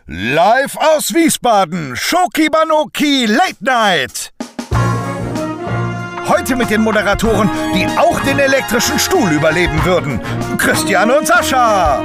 Live aus Wiesbaden, Schoki Banoki Late Night. Heute mit den Moderatoren, die auch den elektrischen Stuhl überleben würden. Christian und Sascha.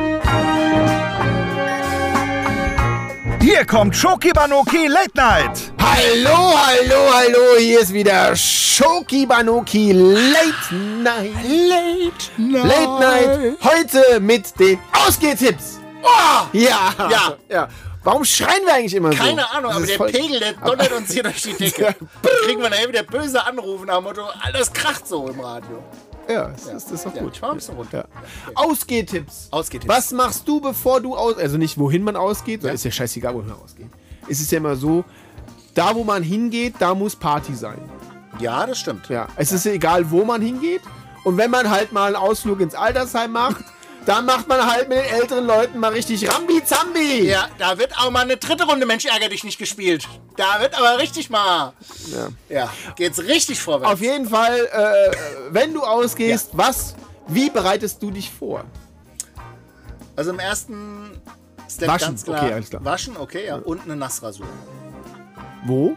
Hier kommt Schoki Banoki Late Night. Hallo, hallo, hallo, hier ist wieder Schoki Banoki Late Night. Late Night. Heute mit den Ausgehtipps. Oh! Ja. Warum schreien wir eigentlich immer so? Keine Ahnung, aber der Pegel, der donnert uns hier durch die Decke. Da kriegen wir nachher wieder böse Anrufe nach dem Motto, alles kracht so im Radio. Ja, das ist doch gut. Ich war ein bisschen runter. Ja. Okay. Ausgehtipps. Was machst du, bevor du also nicht wohin man ausgeht, ist ja scheißegal, wohin man ausgeht. Es ist ja immer so, da wo man hingeht, da muss Party sein. Ja, das stimmt. Ja, es ist ja egal, wo man hingeht. Und wenn man halt mal einen Ausflug ins Altersheim macht, dann macht man halt mit den älteren Leuten mal richtig Rambi-Zambi. Ja, da wird auch mal eine dritte Runde Mensch ärger dich nicht gespielt. Da wird aber richtig mal... Ja, geht's richtig vorwärts. Auf jeden Fall, wenn du ausgehst, wie bereitest du dich vor? Also im ersten Step Waschen, ganz klar. okay, alles klar. Waschen, okay, ja. Und eine Nassrasur. Wo?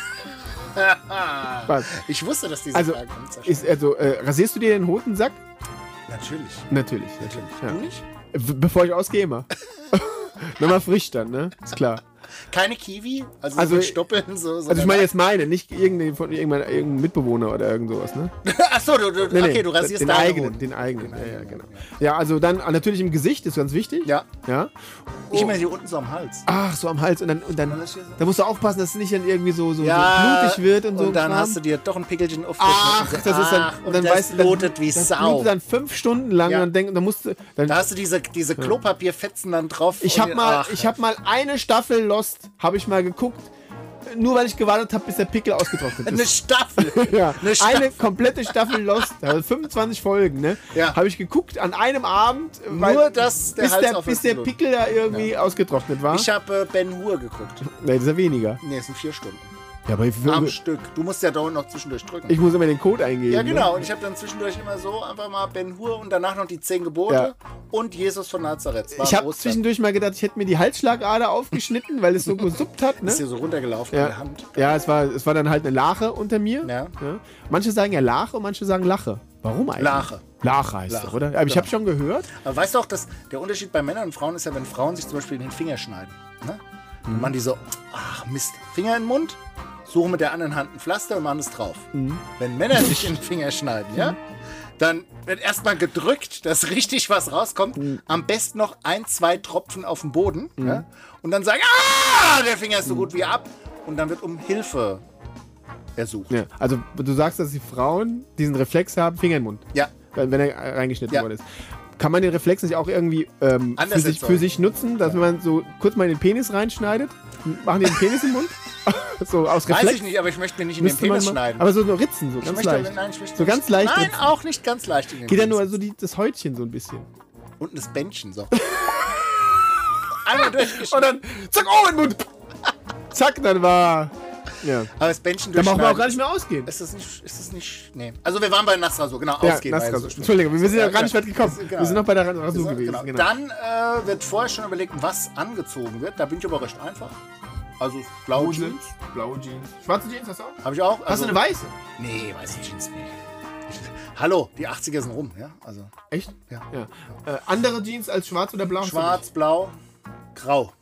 Was? Ich wusste, dass diese Frage kommt. Rasierst du dir den Hodensack? Natürlich. Ja. Du nicht? Bevor ich ausgehe, immer. Nochmal frisch dann, ne? Ist klar. Keine Kiwi? Also mit Stoppeln? Also ich meine jetzt nicht irgendein Mitbewohner oder irgend sowas, ne? Achso, okay, du rasierst den eigenen. Ja, genau. Ja, also dann natürlich im Gesicht, ist ganz wichtig. Ja. Ich Oh. meine hier unten so am Hals. Ach, so am Hals. Und dann musst du aufpassen, dass es nicht dann irgendwie so blutig wird und so. Und dann hast du dir doch ein Pickelchen auf das ist dann... und dann das blutet wie das Sau. blutet dann 5 Stunden lang und dann musst du... Da hast du diese Klopapierfetzen dann drauf. Ich habe mal eine Staffel Lost, habe ich mal geguckt, nur weil ich gewartet habe, bis der Pickel ausgetrocknet ist. Eine Staffel? Ja, eine komplette Staffel Lost, also 25 Folgen, ne? Ja. Habe ich geguckt an einem Abend, bis der Pickel da irgendwie ausgetrocknet war. Ich habe Ben Hur geguckt. Ne, das ist ja weniger. Ne, es sind 4 Stunden. Ja, aber am Stück. Du musst ja dauernd noch zwischendurch drücken. Ich muss immer den Code eingeben. Ja, genau. Ne? Und ich habe dann zwischendurch immer so einfach mal Ben Hur und danach noch die 10 Gebote und Jesus von Nazareth. Ich habe zwischendurch mal gedacht, ich hätte mir die Halsschlagader aufgeschnitten, weil es so gesuppt hat. Ne? Ist hier so runtergelaufen in der Hand. Ja, es war dann halt eine Lache unter mir. Ja. Manche sagen ja Lache und manche sagen Lache. Warum eigentlich? Lache heißt es, oder? Aber ich habe schon gehört. Aber weißt du auch, dass der Unterschied bei Männern und Frauen ist ja, wenn Frauen sich zum Beispiel in den Finger schneiden. Ne? Und man die so, ach Mist, Finger in den Mund, suchen mit der anderen Hand ein Pflaster und machen es drauf. Wenn Männer sich in den Finger schneiden, dann wird erstmal gedrückt, dass richtig was rauskommt. Am besten noch 1, 2 Tropfen auf dem Boden. Ja? Und dann sagen, der Finger ist so gut wie ab. Und dann wird um Hilfe ersucht. Ja, also du sagst, dass die Frauen diesen Reflex haben, Finger in den Mund. Ja. Wenn er reingeschnitten worden ist. Kann man den Reflex nicht auch irgendwie für sich nutzen, dass man so kurz mal in den Penis reinschneidet? Machen die den Penis im Mund? So aus Reflex? Weiß ich nicht, aber ich möchte mir nicht in den Penis schneiden. Aber so Ritzen, so ganz leicht. So ganz leicht. Nein, auch nicht ganz leicht in den Penis. Geht ja nur so das Häutchen so ein bisschen. Und das Bändchen so. Einmal durchgeschnitten. Und dann zack, in den Mund. Zack, dann war... Ja. Aber das Bändchen durchschneiden. Da brauchen wir auch gar nicht mehr ausgehen. Ist das nicht... Nee. Also wir waren bei Nassrasur, genau, ausgehen. Nassrasur. Entschuldigung, wir sind ja gar nicht weit gekommen. Wir sind noch bei der Rasur gewesen. Genau. Dann wird vorher schon überlegt, was angezogen wird. Da bin ich aber recht einfach. Also blaue Jeans. Schwarze Jeans hast du auch? Hab ich auch. Hast du eine weiße? Nee, weiße Jeans nicht. Hallo, die 80er sind rum, ja? Also. Echt? Ja. Andere Jeans als schwarz oder blau? Schwarz, blau, grau.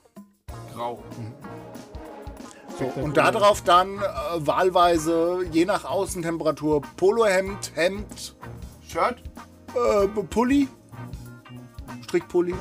So, und darauf dann wahlweise, je nach Außentemperatur, Polohemd, Hemd, Shirt, Pulli, Strickpulli.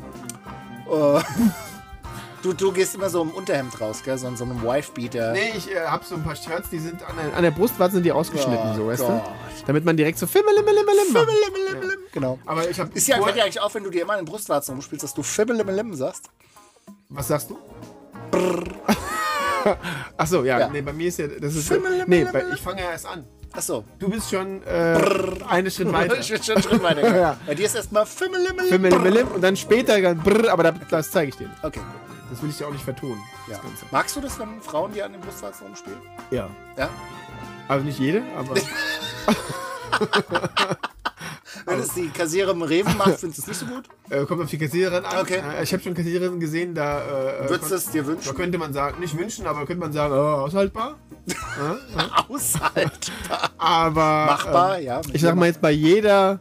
Du gehst immer so im Unterhemd raus, gell? So in so einem Wife-Beater. Nee, ich hab so ein paar Shirts, die sind an der Brustwarze sind die ausgeschnitten, so, weißt du? Damit man direkt so Fimmelimmelimmelimm. Genau. Aber ich hab fällt dir eigentlich auf, wenn du dir immer in den Brustwarzen rumspielst, dass du Fimmelimmelimm sagst? Was sagst du? Brrr. Achso, ja. Nee, bei mir ist ja... Das ist ich fange ja erst an. Achso. Du bist schon einen Schritt weiter. Ich bin schon einen Schritt weiter. Ja. Bei dir ist erstmal Fimmelimmelimm und dann später Brrr, aber das zeige ich dir nicht. Okay, gut. Das will ich dir auch nicht vertonen. Ja. Magst du das, wenn Frauen dir an den Brustwarzen rumspielen? Ja. Ja? Also nicht jede, aber... Wenn es die Kassiererin im Rewe macht, findest du es nicht so gut? Kommt auf die Kassiererin an. Okay. Ich habe schon Kassiererinnen gesehen, da... Würdest du es dir da wünschen? könnte man sagen, nicht wünschen, aber könnte man sagen, aushaltbar. Aushaltbar. Aber... Machbar, ja. Ich sag mal jetzt bei jeder...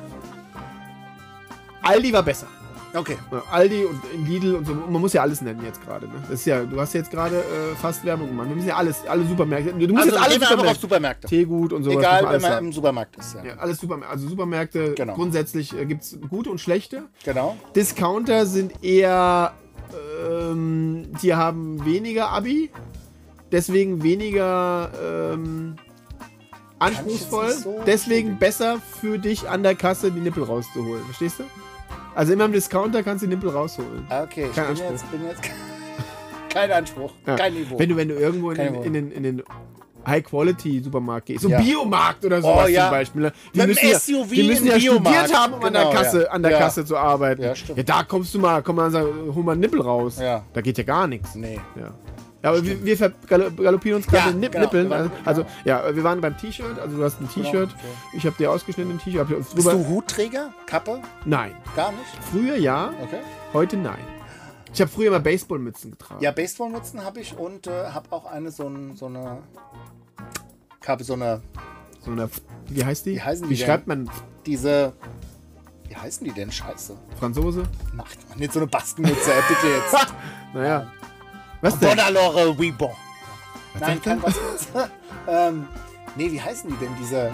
Aldi war besser. Okay. Ja, Aldi und Lidl und so, man muss ja alles nennen jetzt gerade. Ne? Das ist ja, du hast jetzt gerade fast Werbung gemacht. Wir müssen ja alle Supermärkte. Du musst Also jetzt alle gehen wir einfach auf Supermärkte. Teegut und sowas. Egal, muss man wenn alles man sagen. im Supermarkt ist. Ja. Ja, alles Supermärkte. Also Supermärkte, Genau. grundsätzlich gibt es gute und schlechte. Genau. Discounter sind eher, die haben weniger Abi, deswegen weniger anspruchsvoll, nicht so deswegen besser für dich an der Kasse die Nippel rauszuholen. Verstehst du? Also immer im Discounter kannst du die Nippel rausholen. Okay, Kein ich Anspruch. bin jetzt kein Anspruch, Ja. kein Niveau. Wenn du irgendwo Kein in den High-Quality-Supermarkt gehst, so Ja. ein Biomarkt oder Oh, sowas ja. zum Beispiel. Ne? Die Mit müssen dem ja, SUV die müssen in ja Biomarkt. studiert haben, um Genau, an der ja. Kasse zu arbeiten. Ja, stimmt. Ja, da komm mal und sag, hol mal einen Nippel raus. Ja. Da geht ja gar nichts. Nee. Ja. Ja, aber wir galoppieren uns gerade Ja, in genau. Nippeln. Wir waren- Also, ja, wir waren beim T-Shirt. Also, du hast ein T-Shirt. Genau. Ich habe dir ausgeschnittenen T-Shirt. Hab Bist drüber- du Hutträger? Kappe? Nein. Gar nicht? Früher ja, Okay. heute nein. Ich habe früher mal Baseballmützen getragen. Ja, Baseballmützen habe ich und habe auch eine so eine Kappe, so eine, So eine, wie heißt die? Wie heißen die Wie denn? schreibt man diese, wie heißen die denn? Scheiße. Franzose? Macht man nicht so eine Bastenmütze, bitte jetzt. Naja. Was denn? Bon alors, oui bon. Nein, sagt kein er? Bastenmütze. Nee, wie heißen die denn, diese...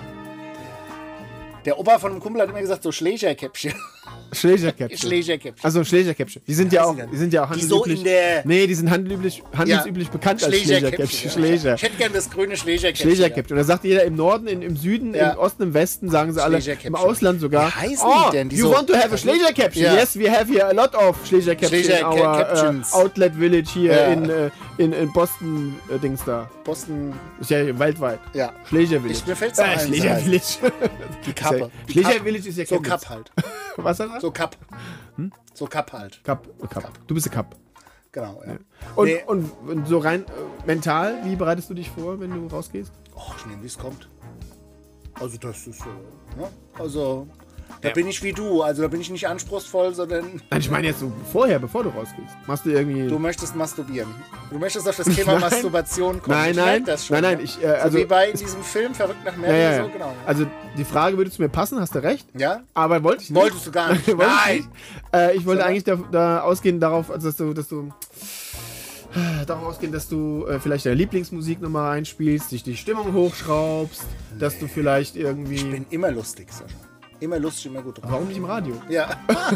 Der Opa von einem Kumpel hat immer gesagt, so Schlägerkäppchen. Schlägerkäppchen. Schlägerkäppchen. Also Schlägerkäppchen. Die sind ja auch, heißen die denn? die sind ja auch Die so handelsüblich. in der- Nee, die sind handelsüblich bekannt als Schlägerkäppchen. Schläger. Ich hätte gerne das grüne Schlägerkäppchen. Schlägerkäppchen. Und da sagt jeder im Norden, im Süden, Ja. im Osten, im Westen, sagen sie alle, Schlägerkäppchen. im Ausland sogar. Wie heißen die denn? Die you so- want to have a Schlägerkäppchen? Ja. Yes, we have here a lot of Schlägerkäppchen in our Schlägerkäppchens. Outlet Village hier Ja. in Boston, Dings da. Boston, Ist ja weltweit. ja. Schläger Village. Mir fällt's noch ein, Schläger so Village. Die Kappe. Die Schläger Kapp. Village ist ja So Chemnitz. Kapp halt. Was hat er? So Kapp. So Kapp halt. Cup. Du bist ein Cup. Genau, ja. Und, Nee. und so rein mental, wie bereitest du dich vor, wenn du rausgehst? Och, ich nehme, wie es kommt. Also das ist so, ne? Also, da bin ich wie du. Also da bin ich nicht anspruchsvoll, sondern Nein, ich meine jetzt so vorher, bevor du rausgehst. Machst du irgendwie... du möchtest masturbieren. Du möchtest auf das Thema Nein. Masturbation kommen. Nein, Ich merk nein, das schon, nein, ne? ich, So also... wie bei in diesem Film Verrückt nach ja, Mary, ja, ja. so genau. Also die Frage würde zu mir passen, hast du recht. Ja? Aber wollte ich nicht. Wolltest du gar nicht. Wollte ich Nein! nicht. Ich wollte eigentlich da ausgehen darauf, also dass du darauf ausgehen, dass du vielleicht deine Lieblingsmusik nochmal einspielst, dich die Stimmung hochschraubst, dass du vielleicht irgendwie... Ich bin immer lustig, Sascha. Immer lustig, immer gut drauf. Warum nicht im Radio? Ja.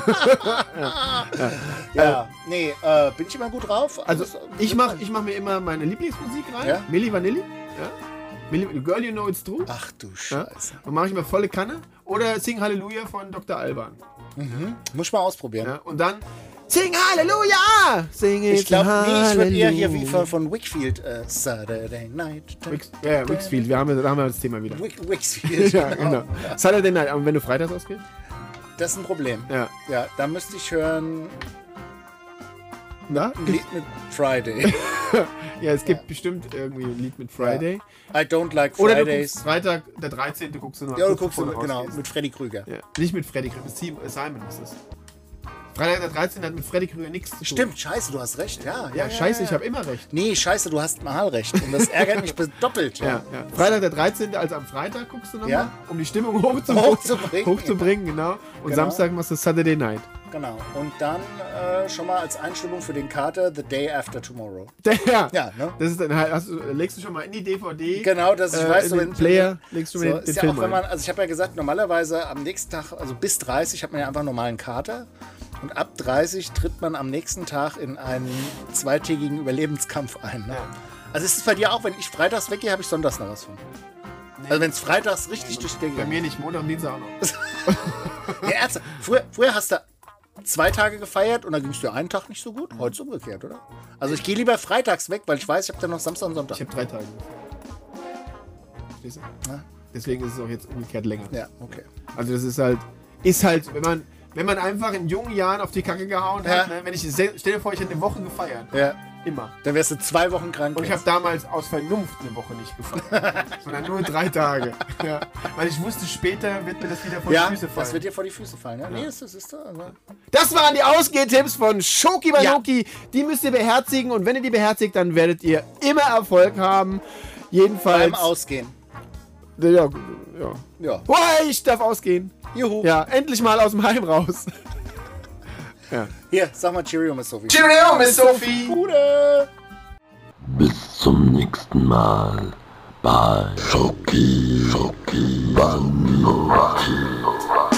Nee, bin ich immer gut drauf? Also Alles- ich mach mir immer meine Lieblingsmusik rein. Ja? Milli Vanilli. Ja? Girl, you know it's true. Ach du Ja? Scheiße. Dann mache ich mir volle Kanne. Oder Sing Halleluja von Dr. Alban. Muss ich mal ausprobieren. Ja? Und dann Sing Halleluja! Sing Ich it glaube, ich würde eher hier Halleluja. wie von Wickfield Saturday Night. Ja, Wixfield, da haben wir das Thema wieder. Wickfield. Ja, genau. Saturday Night, aber wenn du freitags ausgehst? Das ist ein Problem. Ja. Ja, da müsste ich hören Na? ein Lied mit Friday. Ja, es gibt bestimmt irgendwie ein Lied mit Friday. I don't like Oder du Fridays. guckst Freitag, der 13. guckst du noch. Ja, du guckst, bevor genau, rausgehst. mit Freddy Krüger. Ja. Nicht mit Freddy Krüger, mit Simon ist es. Freitag der 13. hat mit Freddy Krüger nichts zu tun. Stimmt, scheiße, du hast recht. Ja, Ja, scheiße, ich habe immer recht. Nee, scheiße, du hast mal recht. Und das ärgert mich doppelt. Ja. Freitag der 13., also am Freitag guckst du nochmal, Ja. um die Stimmung Hochzubringen. hochzubringen, genau. Und Genau. Samstag machst du Saturday Night. Genau. Und dann schon mal als Einstimmung für den Kater The Day After Tomorrow. Ja, Ja, ne? das ist dann halt, legst du schon mal in die DVD. Genau, dass ich weiß, in so den Player legst du so, mir den ist ja Film auch, wenn man, ein. also ich habe ja gesagt, normalerweise am nächsten Tag, also bis 30 hat man ja einfach einen normalen Kater. Und ab 30 tritt man am nächsten Tag in einen zweitägigen Überlebenskampf ein. Ne? Also ist es bei dir auch, wenn ich freitags weggehe, habe ich sonntags noch was von. Also wenn es freitags richtig durch die Bei Decke mir nicht, Montag und Dienstag auch noch. Ja, ernsthaft. Früher hast du 2 Tage gefeiert und dann ging es dir einen Tag nicht so gut. Heute ist umgekehrt, oder? Also ich gehe lieber freitags weg, weil ich weiß, ich habe dann noch Samstag und Sonntag. Ich habe 3 Tage. Verstehst du? Ja. Deswegen ist es auch jetzt umgekehrt länger. Ja, okay. Also das ist halt, wenn man einfach in jungen Jahren auf die Kacke gehauen Ja. hat, ne? Wenn ich, stell dir vor, ich hätte eine Woche gefeiert. Ja. Immer. Dann wärst du 2 Wochen krank. Und ich habe damals aus Vernunft eine Woche nicht gefahren, sondern nur 3 Tage. Ja. Weil ich wusste, später wird mir das wieder vor die Füße fallen. Das wird dir vor die Füße fallen. Ja? Nee, ist das. Also. Das waren die Ausgehtipps von Schoki Banoki. Die müsst ihr beherzigen und wenn ihr die beherzigt, dann werdet ihr immer Erfolg haben. Jedenfalls. Beim Ausgehen. Ja. Oh, ich darf ausgehen. Juhu. Ja, endlich mal aus dem Heim raus. Ja. Hier, sag mal Cheerio, Miss Sophie. Cheerio, Miss Sophie. Gute. Bis zum nächsten Mal bei Schoki Banoki.